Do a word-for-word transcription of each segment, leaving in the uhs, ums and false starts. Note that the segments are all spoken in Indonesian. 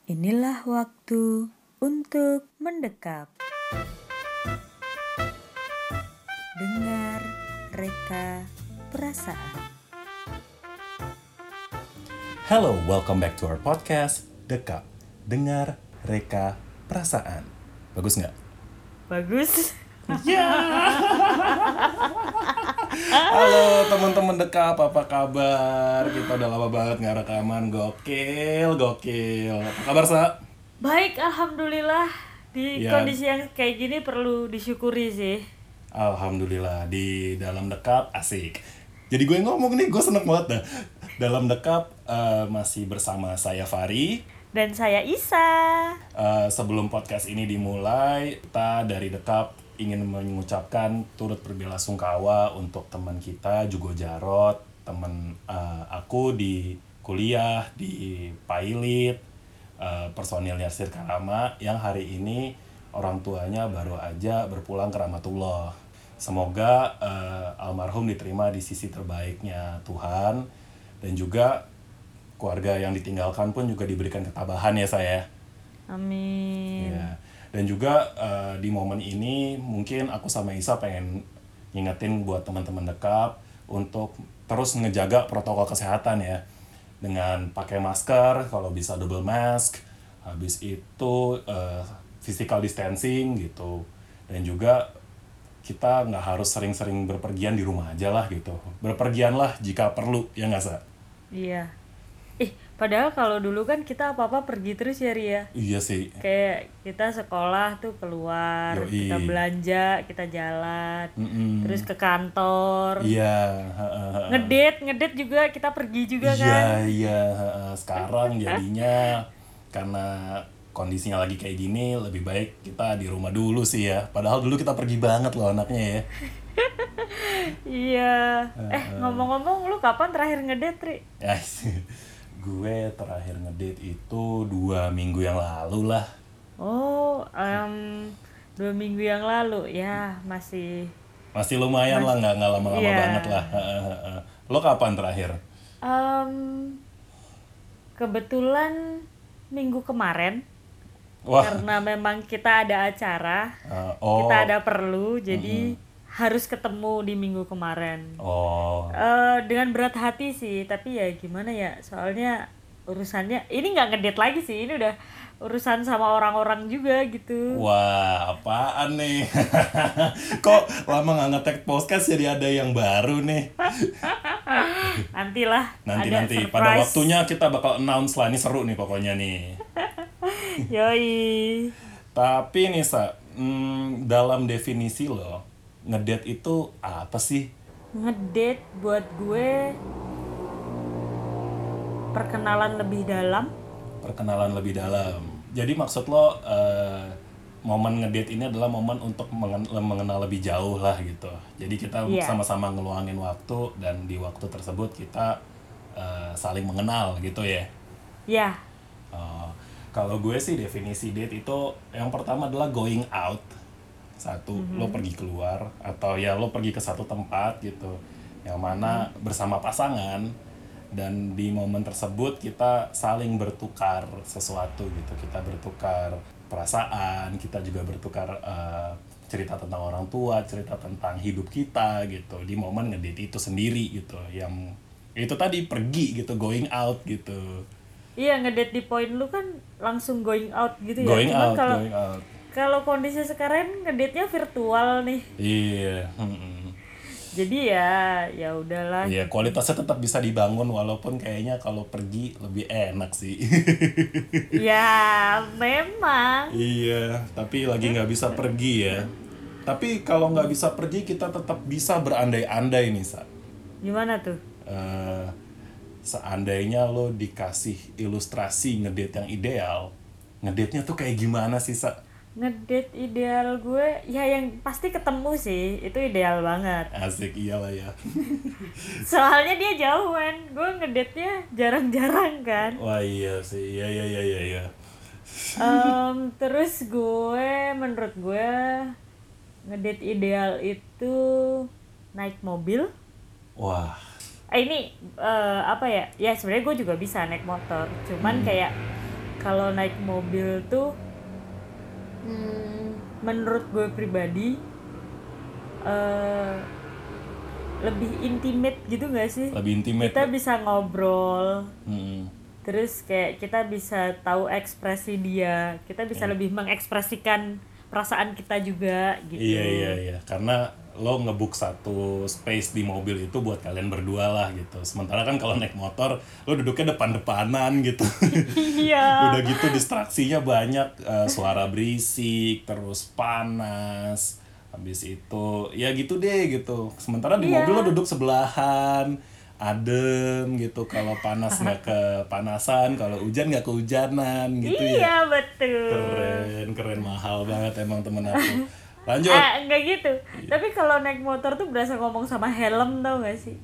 Inilah waktu untuk mendekap. Dengar reka perasaan. Hello, welcome back to our podcast, Dekap. Dengar reka perasaan. Bagus nggak? Bagus. Halo teman-teman Dekap, apa kabar? Kita udah lama banget nggak rekaman, gokil, gokil. Apa kabar, Sa? Baik, alhamdulillah. Di Ya. kondisi yang kayak gini perlu disyukuri sih. Alhamdulillah, di dalam Dekap asik. Jadi gue ngomong nih, gue seneng banget dah. Dalam Dekap eh, masih bersama saya Fari. Dan saya Isa. Uh, sebelum podcast ini dimulai, kita dari Dekap ingin mengucapkan turut berbelasungkawa untuk teman kita Jugo Jarot, teman uh, aku di kuliah di Pailit, uh, personilnya Sir Karama yang hari ini orang tuanya baru aja berpulang ke rahmatullah. Semoga uh, almarhum diterima di sisi terbaiknya Tuhan, dan juga keluarga yang ditinggalkan pun juga diberikan ketabahan ya saya. Amin. Ya. Dan juga uh, di momen ini mungkin aku sama Isa pengen ngingetin buat teman-teman Dekap untuk terus ngejaga protokol kesehatan ya. Dengan pakai masker, kalau bisa double mask. Habis itu uh, physical distancing gitu. Dan juga kita nggak harus sering-sering berpergian, di rumah aja lah gitu. Berpergianlah jika perlu, ya nggak, Sa? Iya. Ih, padahal kalau dulu kan kita apa-apa pergi terus ya, Ria. Iya sih. Kayak kita sekolah tuh keluar, Yoi. kita belanja, kita jalan, Mm-mm. terus ke kantor. Iya. Ngedate, ngedate juga kita pergi juga Iya, kan. iya. Heeh. Sekarang jadinya karena kondisinya lagi kayak gini, lebih baik kita di rumah dulu sih ya. Padahal dulu kita pergi banget loh anaknya ya. Iya. Eh, ngomong-ngomong, lu kapan terakhir ngedate, Ri? Ya, gue terakhir ngedate itu dua minggu yang lalu lah. Oh, em, dua minggu yang lalu. Ya, masih... Masih lumayan lah, nggak nggak lama-lama Iya. banget lah. Heeh, heeh. Lo kapan terakhir? Em, kebetulan minggu kemarin, Wah. karena memang kita ada acara, eh, oh. kita ada perlu, jadi harus ketemu di minggu kemarin. Oh. Eh, dengan berat hati sih, tapi ya gimana ya, soalnya urusannya ini nggak ngedate lagi sih, ini udah urusan sama orang-orang juga gitu. Wah, apaan nih? Kok lama nggak nge-tag podcast jadi ada yang baru nih? Nantilah, Nanti ada nanti surprise. pada waktunya kita bakal announce lah, ini seru nih pokoknya nih. Yoi. Tapi nih Sa, hmm, dalam definisi lo, ngedate itu apa sih? Ngedate buat gue perkenalan lebih dalam. Perkenalan lebih dalam. Jadi maksud lo eh, momen ngedate ini adalah momen untuk mengen- mengenal lebih jauh lah gitu. Jadi kita Iya. sama-sama ngeluangin waktu, dan di waktu tersebut kita eh, saling mengenal gitu ya. Ya, Uh, kalau gue sih definisi date itu yang pertama adalah going out. Satu, lo pergi keluar, atau ya lo pergi ke satu tempat gitu, yang mana bersama pasangan, dan di momen tersebut kita saling bertukar sesuatu gitu. Kita bertukar perasaan, kita juga bertukar uh, cerita tentang orang tua, cerita tentang hidup kita gitu di momen ngedate itu sendiri gitu. Yang itu tadi, pergi gitu, going out gitu. iya, ngedate di poin lu kan langsung going out gitu ya. Going Cuman out, kalau going out. kalau kondisi sekarang ngedate-nya virtual nih. Iya, mm-mm. Jadi ya ya udahlah. Iya, kualitasnya tetap bisa dibangun walaupun kayaknya kalau pergi lebih enak sih. Ya, memang. Iya, tapi lagi nggak bisa pergi ya. Tapi kalau nggak bisa pergi, kita tetap bisa berandai-andai nih, Sa. Gimana tuh? Eh, seandainya lo dikasih ilustrasi ngedate yang ideal, ngedate-nya tuh kayak gimana sih, Sa? Ngedate ideal gue ya yang pasti ketemu sih. Itu ideal banget. Asik, iyalah ya. Soalnya dia jauhan. Gue ngedate-nya jarang-jarang kan. Wah iya sih, iya iya iya iya. iya. Em, terus gue menurut gue ngedate ideal itu naik mobil. Wah. Eh ini eh, apa ya? Ya sebenarnya gue juga bisa naik motor. Cuman kayak kalau naik mobil tuh hmm, menurut gue pribadi uh, lebih intimate gitu nggak sih? Lebih intimate. Kita bisa ngobrol, hmm. terus kayak kita bisa tahu ekspresi dia, kita bisa hmm. lebih mengekspresikan perasaan kita juga gitu. Iya iya iya, karena lo ngebook satu space di mobil itu buat kalian berdua lah gitu. Sementara kan kalau naik motor lo duduknya depan-depanan gitu. Iya. Udah gitu distraksinya banyak, uh, suara berisik, terus panas. Habis itu ya gitu deh gitu. Sementara di iya. mobil lo duduk sebelahan, adem gitu. Kalau panas nggak kepanasan, kalau hujan nggak kehujanan gitu. Iya, ya. Iya betul. Keren keren, mahal banget emang temen aku. Lanjut. Ah, enggak gitu. Tapi kalau naik motor tuh berasa ngomong sama helm, tau gak sih?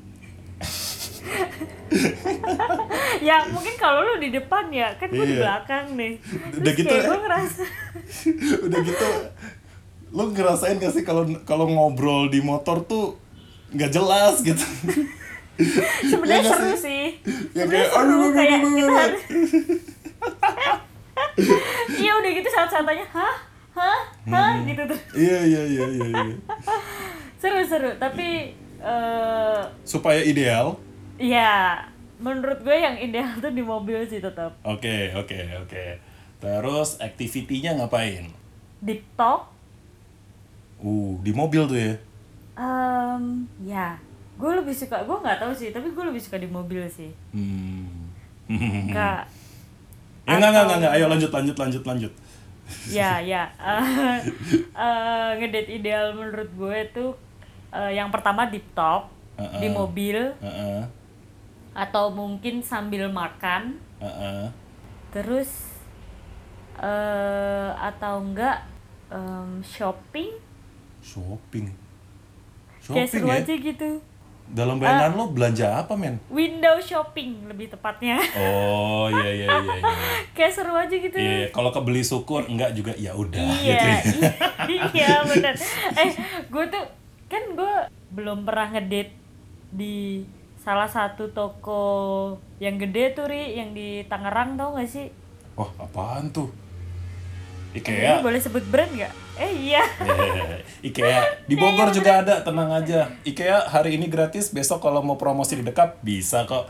Ya mungkin kalau lu di depan ya, kan gue iya. di belakang nih. Terus udah gitu kayak gue ngerasa udah gitu lu ngerasain gak sih kalau kalau ngobrol di motor tuh nggak jelas gitu. Sebenarnya ya seru sih. Ya kayak seru kayak kita iya udah gitu saat-saatnya hah hah hah hmm. gitu tuh. Iya iya iya iya. Seru-seru tapi uh, supaya ideal. Iya, menurut gue yang ideal tuh di mobil sih tetap. Oke okay, oke okay, oke. Okay. Terus activity-nya ngapain? Deep talk. Uh, di mobil tuh ya? Um, ya, gue lebih suka, gue nggak tahu sih, tapi gue lebih suka di mobil sih. Hmm. Enggak. Ya enggak, enggak, enggak, ayo lanjut, lanjut, lanjut, lanjut. Ya, ya. Uh, uh, ngedate ideal menurut gue tuh uh, yang pertama deep talk uh-uh. di mobil. Uh-uh. Atau mungkin sambil makan. Uh-uh. Terus uh, atau enggak um, shopping. Shopping. Shopping kayak seru ya? Aja gitu. Dalam bayangan uh, lo belanja apa, men? Window shopping lebih tepatnya. Oh, iya iya iya iya. Kayak seru aja gitu. Iya, kalau kebeli syukur enggak juga ya udah iya, gitu. Ya. Iya, iya benar. Eh, gue tuh kan gue belum pernah ngedate di salah satu toko yang gede tuh, Ri, yang di Tangerang, tau gak sih? Oh, apaan tuh? IKEA. Ini boleh sebut brand nggak? Eh iya. Yeah, IKEA di Bogor juga ada, tenang aja. IKEA hari ini gratis, besok kalau mau promosi di Dekap bisa kok.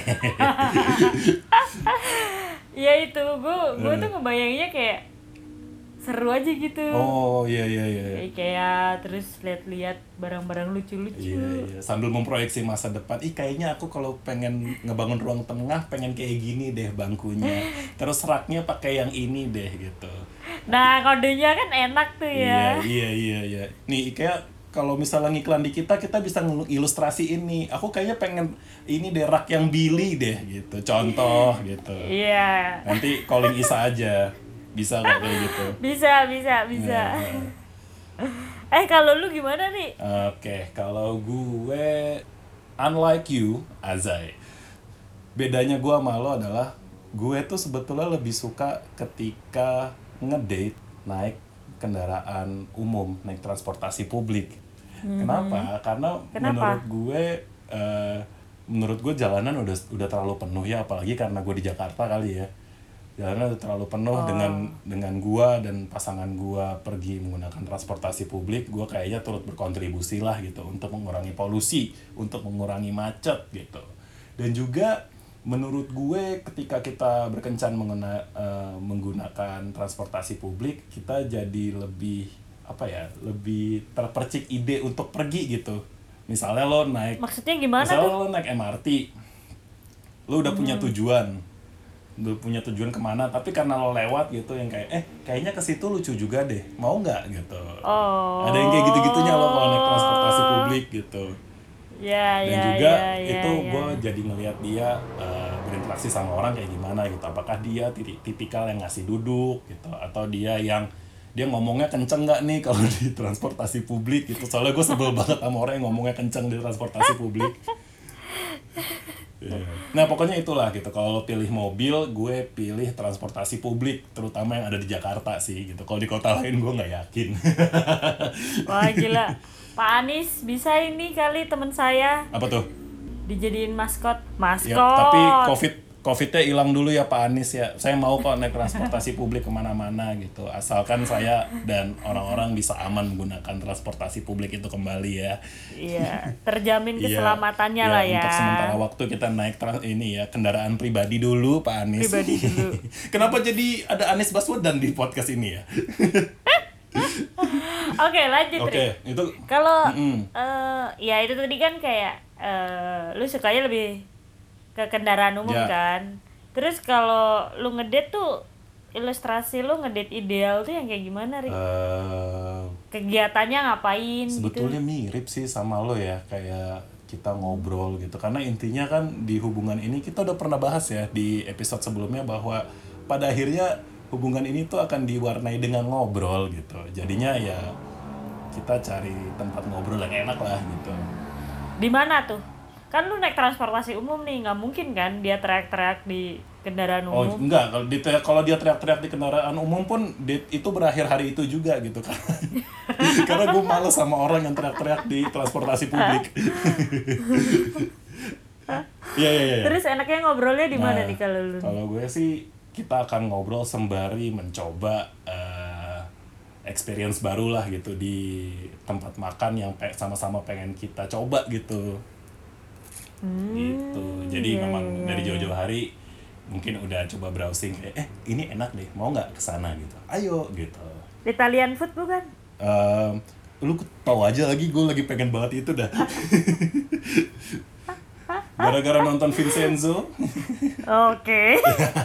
Ya itu, gue gue tuh ngebayanginnya kayak seru aja gitu. Oh iya iya iya. IKEA terus lihat-lihat barang-barang lucu-lucu. Iya iya. Sambil memproyeksi masa depan. Ih kayaknya aku kalau pengen ngebangun ruang tengah pengen kayak gini deh bangkunya. Terus raknya pakai yang ini deh gitu. Nah kodenya kan enak tuh ya. Iya iya iya iya. Nih IKEA kalau misalnya ngiklan di kita kita bisa ilustrasi ini. Aku kayaknya pengen ini deh rak yang Billy deh gitu. Contoh gitu. Iya. Nanti calling Isa aja. Bisa nggak kayak gitu? Bisa, bisa, bisa. Ya. Eh, kalau lu gimana nih? Oke, okay, kalau gue unlike you, Azai. Bedanya gue sama lo adalah gue tuh sebetulnya lebih suka ketika ngedate naik kendaraan umum, naik transportasi publik. Mm-hmm. Kenapa? Karena Kenapa? menurut gue uh, menurut gue jalanan udah udah terlalu penuh ya, apalagi karena gue di Jakarta kali ya. Jalanan udah terlalu penuh oh. dengan dengan gua dan pasangan gua pergi menggunakan transportasi publik, gua kayaknya turut berkontribusi lah gitu untuk mengurangi polusi, untuk mengurangi macet gitu. Dan juga menurut gue ketika kita berkencan mengena, uh, menggunakan transportasi publik, kita jadi lebih apa ya, lebih terpercik ide untuk pergi gitu. Misalnya lo naik Maksudnya gimana misalnya tuh? lo naik M R T, lo udah hmm. punya tujuan. Lu punya tujuan kemana, tapi karena lo lewat gitu yang kayak eh kayaknya ke situ lucu juga deh, mau nggak gitu. Oh. Ada yang kayak gitu-gitunya lo kalau naik transportasi publik gitu. Ya, Dan ya, juga ya, itu ya, gue ya. jadi ngelihat dia uh, berinteraksi sama orang kayak gimana gitu. Apakah dia tipikal yang ngasih duduk gitu, atau dia yang dia ngomongnya kenceng nggak nih kalau di transportasi publik gitu. Soalnya gue sebel banget sama orang yang ngomongnya kenceng di transportasi publik. Yeah. Nah pokoknya itulah gitu. Kalau lo pilih mobil, gue pilih transportasi publik, terutama yang ada di Jakarta sih gitu. Kalau di kota lain gue nggak yakin. Wah gila, Pak Anies bisa ini kali teman saya. Apa tuh? Dijadiin maskot, maskot. Ya, tapi COVID Covid-nya hilang dulu ya Pak Anies ya. Saya mau kok naik transportasi publik kemana-mana gitu. Asalkan saya dan orang-orang bisa aman menggunakan transportasi publik itu kembali ya. Iya, terjamin Iya, keselamatannya iya, lah ya. Untuk sementara waktu kita naik trans ini ya kendaraan pribadi dulu Pak Anies. Pribadi dulu. Kenapa jadi ada Anies Baswedan di podcast ini ya? Oke, lanjut Oke, Rik. itu Kalau Mm-mm. eh, ya itu tadi kan kayak eh, lu sukanya lebih ke kendaraan umum Ya. kan. Terus kalau lu ngedate tuh ilustrasi lu ngedate ideal tuh yang kayak gimana Rik? eh, Kegiatannya ngapain gitu? sebetulnya mirip sih sama lo ya, kayak kita ngobrol gitu. Karena intinya kan di hubungan ini kita udah pernah bahas ya di episode sebelumnya bahwa pada akhirnya hubungan ini tuh akan diwarnai dengan ngobrol gitu. Jadinya ya kita cari tempat ngobrol yang enak lah gitu. Di mana tuh? Kan lu naik transportasi umum nih, nggak mungkin kan dia teriak-teriak di kendaraan Oh umum. enggak, kalau dia kalau dia teriak-teriak di kendaraan umum pun date itu berakhir hari itu juga gitu kan. Karena gue males sama orang yang teriak-teriak di transportasi publik. Iya iya iya. Terus enaknya ngobrolnya di mana Nah, nih kalau lu? Kalau gue sih kita akan ngobrol sembari mencoba eh, experience baru lah gitu di tempat makan yang pe- sama-sama pengen kita coba gitu. Hmm, Gitu. Jadi iya, memang iya, dari iya. jauh-jauh hari mungkin udah coba browsing kayak eh ini enak deh, mau nggak kesana gitu. Ayo gitu. Italian food bukan? Em, lu tahu aja lagi gue lagi pengen banget itu dah. Gara-gara nonton Vincenzo. Oke.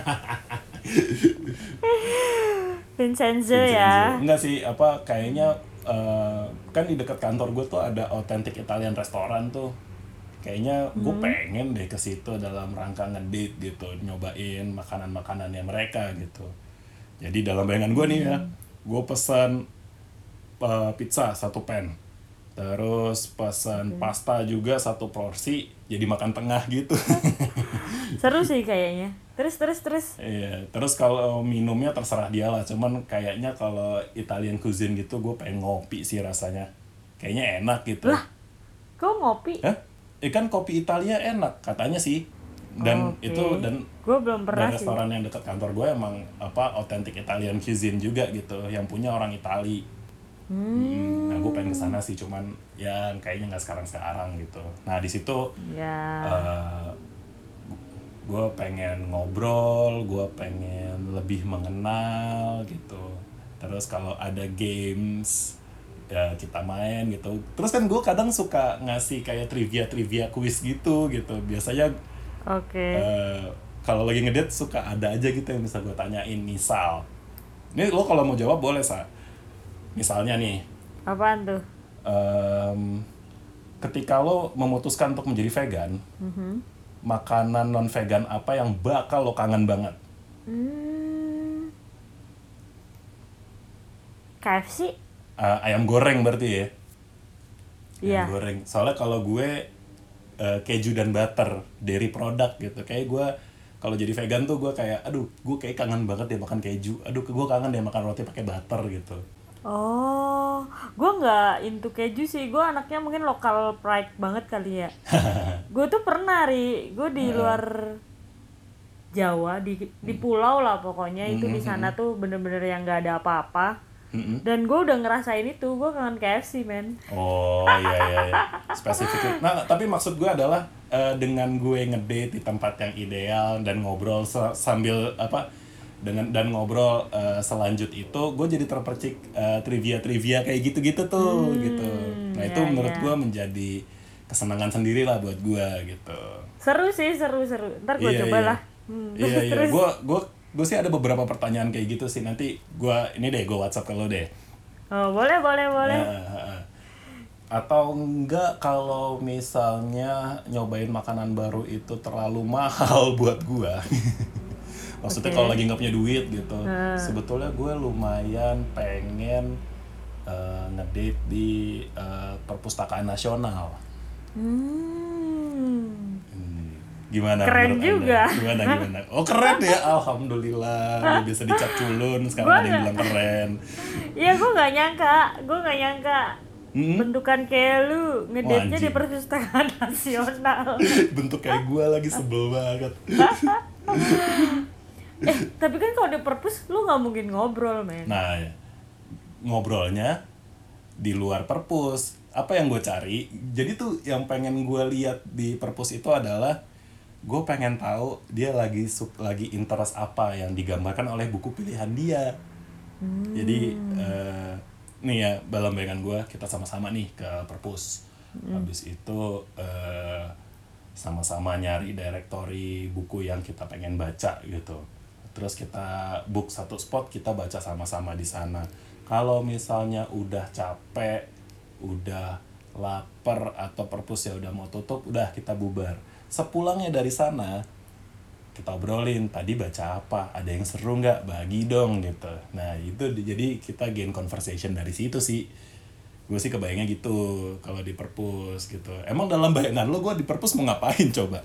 Vincenzo ya. Enggak sih, apa kayaknya eh, kan di dekat kantor gue tuh ada authentic Italian restoran tuh. Kayaknya gue pengen deh ke situ dalam rangka ngedate gitu, nyobain makanan-makanannya mereka gitu. Jadi dalam bayangan gue nih ya, gue pesan eh, pizza satu pan, terus pesan pasta juga satu porsi, jadi makan tengah gitu. Seru sih kayaknya. Terus terus terus. Iya, terus kalau minumnya terserah dia lah. Cuman kayaknya kalau Italian cuisine gitu, gue pengen ngopi sih rasanya. Kayaknya enak gitu. Lah, kok ngopi? Hah? Eh kan kopi Italia enak katanya sih. Dan Oke. itu dan Gue belum pernah dan sih. restoran yang dekat kantor gue emang apa authentic Italian cuisine juga gitu, yang punya orang Itali. Hmm. Nah, gue pengen kesana sih, cuman ya kayaknya nggak sekarang-sekarang gitu. Nah di situ Ya. eh, gue pengen ngobrol, gue pengen lebih mengenal gitu. Terus kalau ada games ya kita main gitu. Terus kan gue kadang suka ngasih kayak trivia-trivia quiz gitu gitu. Biasanya Oke. eh, kalau lagi ngedate suka ada aja gitu yang bisa gue tanyain. Misal, ini lo kalau mau jawab boleh Sa. Misalnya nih, Apaan tuh? em, ketika lo memutuskan untuk menjadi vegan, makanan non vegan apa yang bakal lo kangen banget? Hmm. K F C? Eh, ayam goreng berarti ya? Iya. Ayam goreng. Soalnya kalau gue eh, keju dan butter dairy product gitu. Kayak gue kalau jadi vegan tuh gue kayak, aduh, gue kayak kangen banget deh makan keju. Aduh, gue kangen deh makan roti pakai butter gitu. Oh, gue nggak into keju sih. Gue anaknya mungkin lokal pride banget kali ya. Gue tuh pernah ri, gue di luar Jawa di di pulau lah pokoknya itu di sana tuh bener-bener yang nggak ada apa-apa. Mm-mm. Dan gue udah ngerasain itu, gue kangen K F C men. Oh iya iya iya, spesifik. Nah tapi maksud gue adalah eh, dengan gue ngedate di tempat yang ideal dan ngobrol se- sambil apa dengan dan ngobrol eh, selanjut itu, gue jadi terpercik eh, trivia-trivia kayak gitu-gitu tuh gitu. Nah itu ya, menurut ya. gue menjadi kesenangan sendiri lah buat gue gitu. Seru sih, seru-seru. Ntar gue Iya, coba iya. lah. Hmm, Iya terus, iya, terus. gue gue gue sih ada beberapa pertanyaan kayak gitu sih. Nanti gue ini deh gue WhatsApp ke lo deh. Oh, boleh, boleh, boleh. Nah, atau enggak kalau misalnya nyobain makanan baru itu terlalu mahal buat gua. Maksudnya Oke. kalau lagi nggak punya duit gitu. Sebetulnya gue lumayan pengen eh, ngedate di eh, Perpustakaan Nasional. Hmm. Hmm, Gimana Keren menurut juga. Anda? Gimana gimana? Oh keren ya, alhamdulillah. Udah bisa dicap culun, sekarang Gua ada yang nggak- bilang keren. Iya, gue nggak nyangka, gue nggak nyangka Hmm? bentukan kayak lu ngedate-nya Wah, di anjing. Perpustakaan Nasional. Bentuk kayak gue lagi sebel banget. eh tapi kan kalau di perpus lu nggak mungkin ngobrol men. Nah ngobrolnya di luar perpus. Apa yang gue cari, jadi tuh yang pengen gue lihat di perpus itu adalah gue pengen tahu dia lagi sub, lagi interest apa yang digambarkan oleh buku pilihan dia. hmm. Jadi uh, nih ya dalam bayangan gue, kita sama-sama nih ke perpus. hmm. Habis itu uh, sama-sama nyari directory buku yang kita pengen baca gitu. Terus kita book satu spot, kita baca sama-sama di sana. Kalau misalnya udah capek, udah lapar atau perpus ya udah mau tutup, udah kita bubar. Sepulangnya dari sana kita obrolin, tadi baca apa, ada yang seru nggak, bagi dong gitu. Nah itu jadi kita gain conversation dari situ sih. Gue sih kebayangnya gitu kalau di perpus gitu. Emang dalam bayangan lo gue di perpus mau ngapain coba?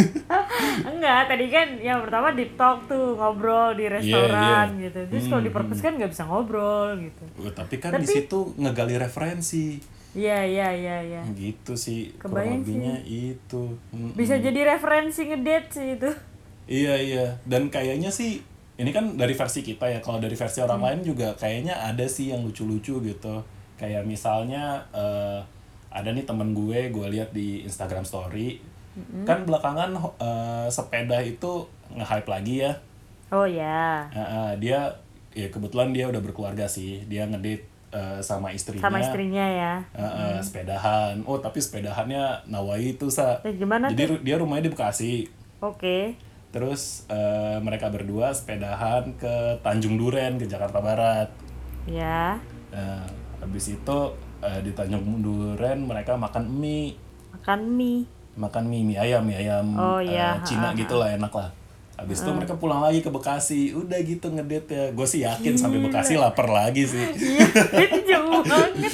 Enggak, tadi kan yang pertama deep talk tuh, ngobrol di restoran yeah, yeah. gitu. Terus hmm, kalau di perpus kan nggak bisa ngobrol gitu. Oh, tapi kan tapi, di situ ngegali referensi. Iya iya iya iya. Gitu sih. Kebayang kurang sih. Itu. Mm-mm. Bisa jadi referensi ngedate sih itu. Iya iya. Dan kayaknya sih ini kan dari versi kita ya. Kalau dari versi orang hmm. lain juga kayaknya ada sih yang lucu-lucu gitu. Kayak misalnya uh, ada nih temen gue, gue lihat di Instagram story, mm-hmm. kan belakangan uh, sepeda itu nge-hype lagi ya. Oh ya. Uh, uh, dia ya kebetulan dia udah berkeluarga sih, dia ngedate uh, sama istrinya. Sama istrinya ya. Uh, uh, mm. Sepedahan. Oh tapi sepedahannya Nawai itu sa. Eh, gimana Jadi tuh? dia rumahnya di Bekasi. Oke. Okay. Terus uh, mereka berdua sepedahan ke Tanjung Duren, ke Jakarta Barat. Ya. Uh, habis itu uh, di Tanjung Duren mereka makan mie. Makan mie. Makan mie, mie ayam, mie ayam oh, iya. uh, Cina gitu lah, enak lah. Habis itu mereka pulang lagi ke Bekasi. Udah gitu ngedate ya. Gue sih yakin Gila. Sampai Bekasi lapar lagi sih. Iya, itu jauh banget.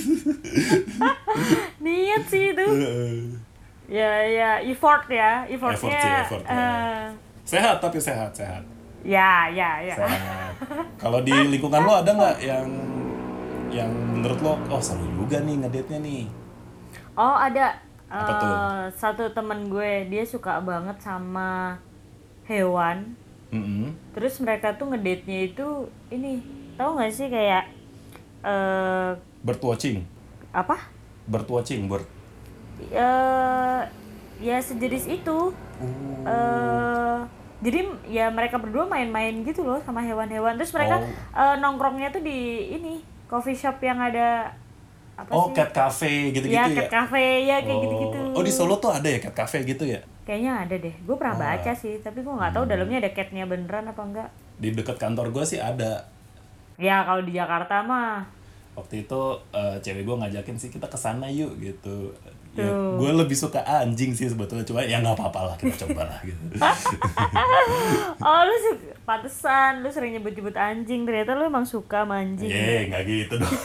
Niat sih itu. Ya ya effort ya, effortnya. Effort sih, effort ya. Uh, sehat tapi sehat, sehat. Ya, ya, ya. Sehat. Kalau di lingkungan lo ada nggak yang yang menurut lo, oh seru juga nih ngedate-nya nih? Oh ada. Apa uh, tuh? Satu teman gue, dia suka banget sama hewan. Mm-hmm. Terus mereka tuh ngedate-nya itu ini, tahu nggak sih kayak uh, bird watching. Apa? Bird watching, bird. Uh, ya sejenis itu. Uh. Uh, jadi ya mereka berdua main-main gitu loh sama hewan-hewan. Terus mereka oh. uh, nongkrongnya tuh di ini coffee shop yang ada apa oh, sih? Cat Cafe gitu-gitu ya? Ya, Cat Cafe, ya kayak oh. gitu-gitu. Oh, di Solo tuh ada ya Cat Cafe gitu ya? Kayaknya ada deh. Gue pernah oh. baca sih, tapi gue nggak tahu hmm. dalamnya ada catnya beneran apa enggak. Di dekat kantor gue sih ada. Ya, kalau di Jakarta mah. Waktu itu uh, cewek gue ngajakin sih kita kesana yuk gitu. Ya, gue lebih suka anjing sih sebetulnya, cuma ya nggak apa-apa lah, kita coba lah gitu. Oh lu suka, pantesan lu sering nyebut-nyebut anjing, ternyata lu emang suka sama anjing. Iya, nggak gitu dong.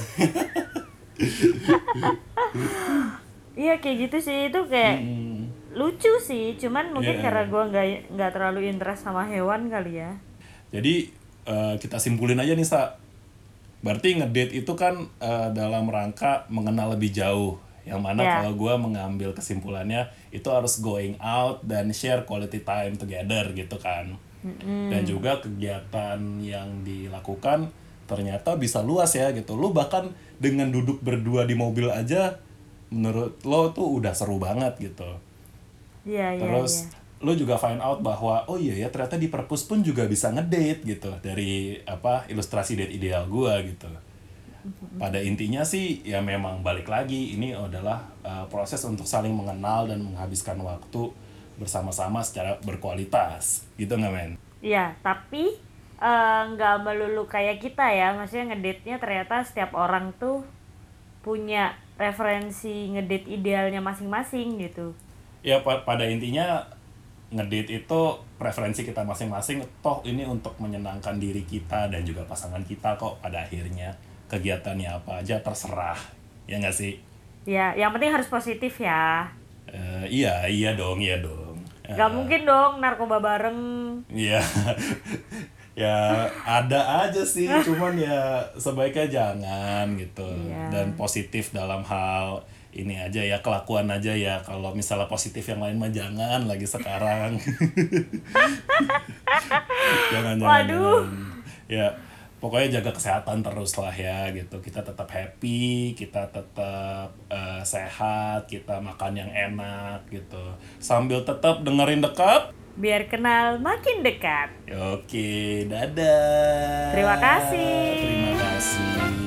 Iya kayak gitu sih, itu kayak hmm. lucu sih, cuman mungkin yeah. karena gue nggak nggak terlalu interest sama hewan kali ya. Jadi uh, kita simpulin aja nih Sa, berarti ngedate itu kan uh, dalam rangka mengenal lebih jauh. Yang mana yeah. kalau gue mengambil kesimpulannya itu harus going out dan share quality time together gitu kan. Mm-hmm. Dan juga kegiatan yang dilakukan ternyata bisa luas ya gitu. Lu bahkan dengan duduk berdua di mobil aja menurut lo tuh udah seru banget gitu. Iya, yeah, iya, Terus yeah. lo juga find out bahwa oh iya ya ternyata di perpus pun juga bisa ngedate gitu. Dari apa ilustrasi date ideal gue gitu. Pada intinya sih ya memang balik lagi ini adalah uh, proses untuk saling mengenal dan menghabiskan waktu bersama-sama secara berkualitas gitu nggak men? Iya tapi nggak uh, melulu kayak kita ya, maksudnya ngedate-nya ternyata setiap orang tuh punya referensi ngedate idealnya masing-masing gitu. Ya pa- pada intinya ngedate itu preferensi kita masing-masing, toh ini untuk menyenangkan diri kita dan juga pasangan kita kok pada akhirnya. Kegiatannya apa aja terserah, ya nggak sih? Ya, yang penting harus positif ya. Uh, iya, iya dong, iya dong. Gak uh, mungkin dong narkoba bareng. Iya, ya ada aja sih, cuman ya sebaiknya jangan gitu. Iya. Dan positif dalam hal ini aja ya, kelakuan aja ya. Kalau misalnya positif yang lain mah jangan lagi sekarang. jangan, jangan, Waduh. jangan. Ya, pokoknya jaga kesehatan terus lah ya gitu. Kita tetap happy, kita tetap uh, sehat, kita makan yang enak gitu. Sambil tetap dengerin Dekap. Biar kenal makin dekat. Oke, dadah. Terima kasih. Terima kasih.